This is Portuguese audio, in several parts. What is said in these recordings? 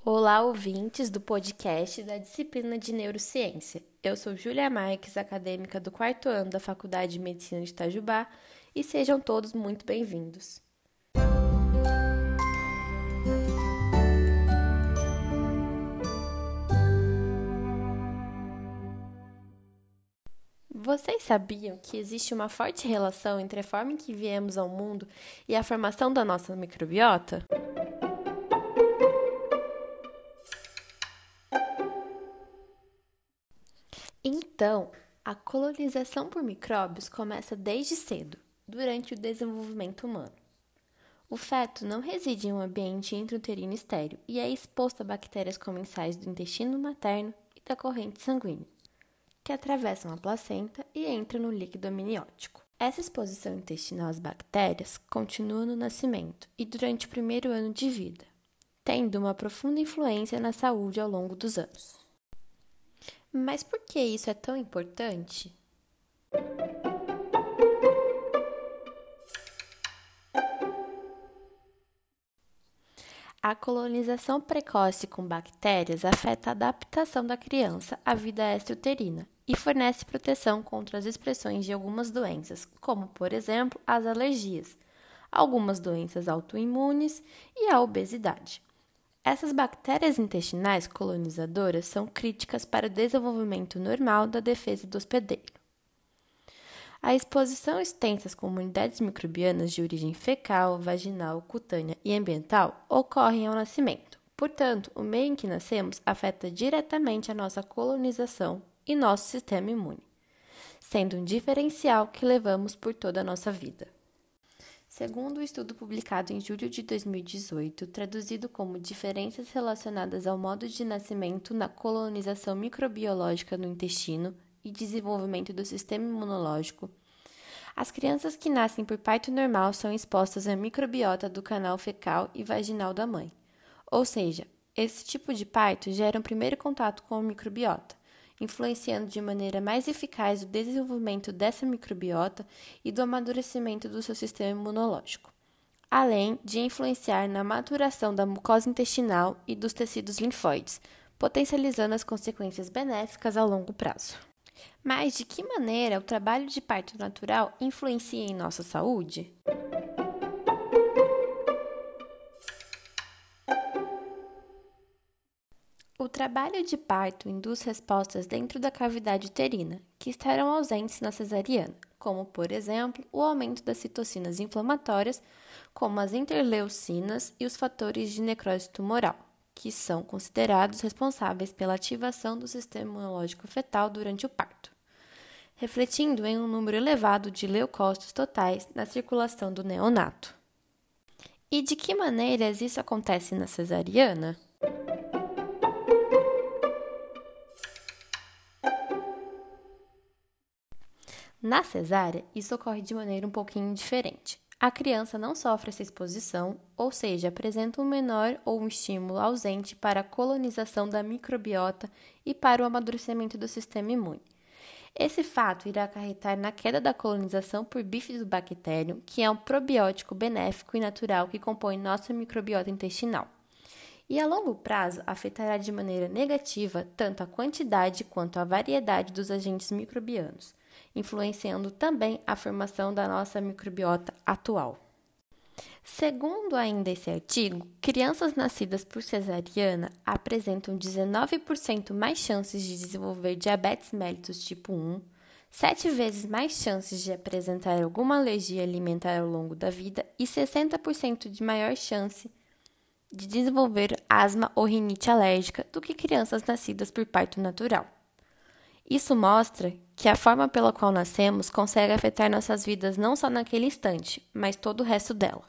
Olá, ouvintes do podcast da disciplina de Neurociência. Eu sou Júlia Marques, acadêmica do 4º ano da Faculdade de Medicina de Itajubá, e sejam todos muito bem-vindos. Vocês sabiam que existe uma forte relação entre a forma em que viemos ao mundo e a formação da nossa microbiota? Então, a colonização por micróbios começa desde cedo, durante o desenvolvimento humano. O feto não reside em um ambiente intrauterino estéril e é exposto a bactérias comensais do intestino materno e da corrente sanguínea, que atravessam a placenta e entram no líquido amniótico. Essa exposição intestinal às bactérias continua no nascimento e durante o primeiro ano de vida, tendo uma profunda influência na saúde ao longo dos anos. Mas por que isso é tão importante? A colonização precoce com bactérias afeta a adaptação da criança à vida extrauterina e fornece proteção contra as expressões de algumas doenças, como, por exemplo, as alergias, algumas doenças autoimunes e a obesidade. Essas bactérias intestinais colonizadoras são críticas para o desenvolvimento normal da defesa do hospedeiro. A exposição extensa às comunidades microbianas de origem fecal, vaginal, cutânea e ambiental ocorre ao nascimento. Portanto, o meio em que nascemos afeta diretamente a nossa colonização e nosso sistema imune, sendo um diferencial que levamos por toda a nossa vida. Segundo o estudo publicado em julho de 2018, traduzido como Diferenças relacionadas ao modo de nascimento na colonização microbiológica no intestino e desenvolvimento do sistema imunológico, as crianças que nascem por parto normal são expostas à microbiota do canal fecal e vaginal da mãe. Ou seja, esse tipo de parto gera um primeiro contato com a microbiota, influenciando de maneira mais eficaz o desenvolvimento dessa microbiota e do amadurecimento do seu sistema imunológico, além de influenciar na maturação da mucosa intestinal e dos tecidos linfóides, potencializando as consequências benéficas a longo prazo. Mas de que maneira o trabalho de parto natural influencia em nossa saúde? O trabalho de parto induz respostas dentro da cavidade uterina, que estarão ausentes na cesariana, como, por exemplo, o aumento das citocinas inflamatórias, como as interleucinas e os fatores de necrose tumoral, que são considerados responsáveis pela ativação do sistema imunológico fetal durante o parto, refletindo em um número elevado de leucócitos totais na circulação do neonato. E de que maneiras isso acontece na cesariana? Na cesárea, isso ocorre de maneira um pouquinho diferente. A criança não sofre essa exposição, ou seja, apresenta um menor ou um estímulo ausente para a colonização da microbiota e para o amadurecimento do sistema imune. Esse fato irá acarretar na queda da colonização por Bifidobacterium, que é um probiótico benéfico e natural que compõe nossa microbiota intestinal. E a longo prazo afetará de maneira negativa tanto a quantidade quanto a variedade dos agentes microbianos, influenciando também a formação da nossa microbiota atual. Segundo ainda esse artigo, crianças nascidas por cesariana apresentam 19% mais chances de desenvolver diabetes mellitus tipo 1, 7 vezes mais chances de apresentar alguma alergia alimentar ao longo da vida e 60% de maior chance de desenvolver asma ou rinite alérgica do que crianças nascidas por parto natural. Isso mostra que a forma pela qual nascemos consegue afetar nossas vidas não só naquele instante, mas todo o resto dela.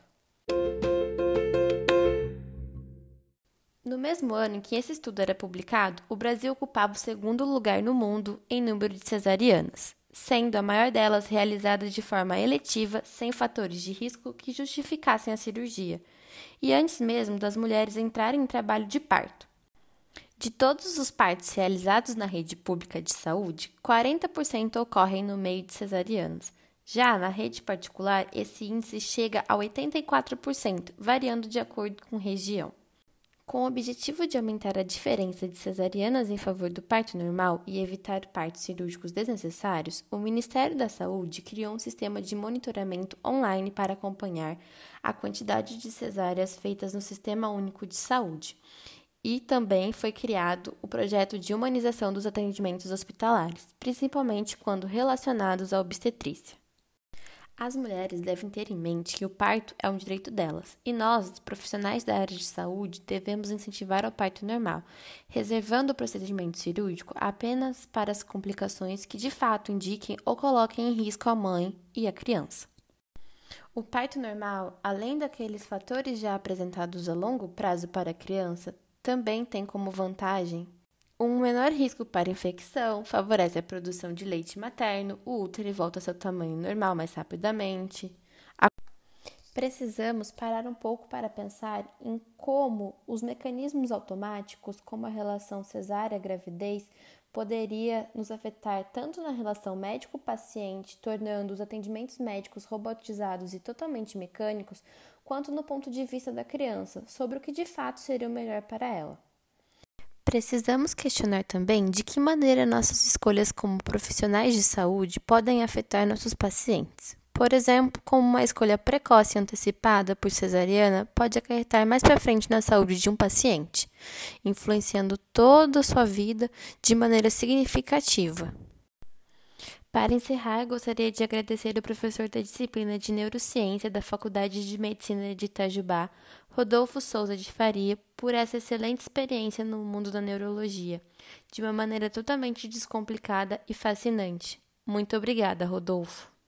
No mesmo ano em que esse estudo era publicado, o Brasil ocupava o segundo lugar no mundo em número de cesarianas, sendo a maior delas realizada de forma eletiva, sem fatores de risco que justificassem a cirurgia, e antes mesmo das mulheres entrarem em trabalho de parto. De todos os partos realizados na rede pública de saúde, 40% ocorrem no meio de cesarianas. Já na rede particular, esse índice chega a 84%, variando de acordo com região. Com o objetivo de aumentar a diferença de cesarianas em favor do parto normal e evitar partos cirúrgicos desnecessários, o Ministério da Saúde criou um sistema de monitoramento online para acompanhar a quantidade de cesáreas feitas no Sistema Único de Saúde. E também foi criado o projeto de humanização dos atendimentos hospitalares, principalmente quando relacionados à obstetrícia. As mulheres devem ter em mente que o parto é um direito delas, e nós, profissionais da área de saúde, devemos incentivar o parto normal, reservando o procedimento cirúrgico apenas para as complicações que de fato indiquem ou coloquem em risco a mãe e a criança. O parto normal, além daqueles fatores já apresentados a longo prazo para a criança, também tem como vantagem um menor risco para infecção, favorece a produção de leite materno, o útero volta ao seu tamanho normal mais rapidamente. Precisamos parar um pouco para pensar em como os mecanismos automáticos, como a relação cesárea-gravidez, poderia nos afetar tanto na relação médico-paciente, tornando os atendimentos médicos robotizados e totalmente mecânicos, quanto no ponto de vista da criança, sobre o que de fato seria o melhor para ela. Precisamos questionar também de que maneira nossas escolhas como profissionais de saúde podem afetar nossos pacientes. Por exemplo, como uma escolha precoce e antecipada por cesariana pode acarretar mais para frente na saúde de um paciente, influenciando toda a sua vida de maneira significativa. Para encerrar, gostaria de agradecer ao professor da disciplina de Neurociência da Faculdade de Medicina de Itajubá, Rodolfo Souza de Faria, por essa excelente experiência no mundo da neurologia, de uma maneira totalmente descomplicada e fascinante. Muito obrigada, Rodolfo.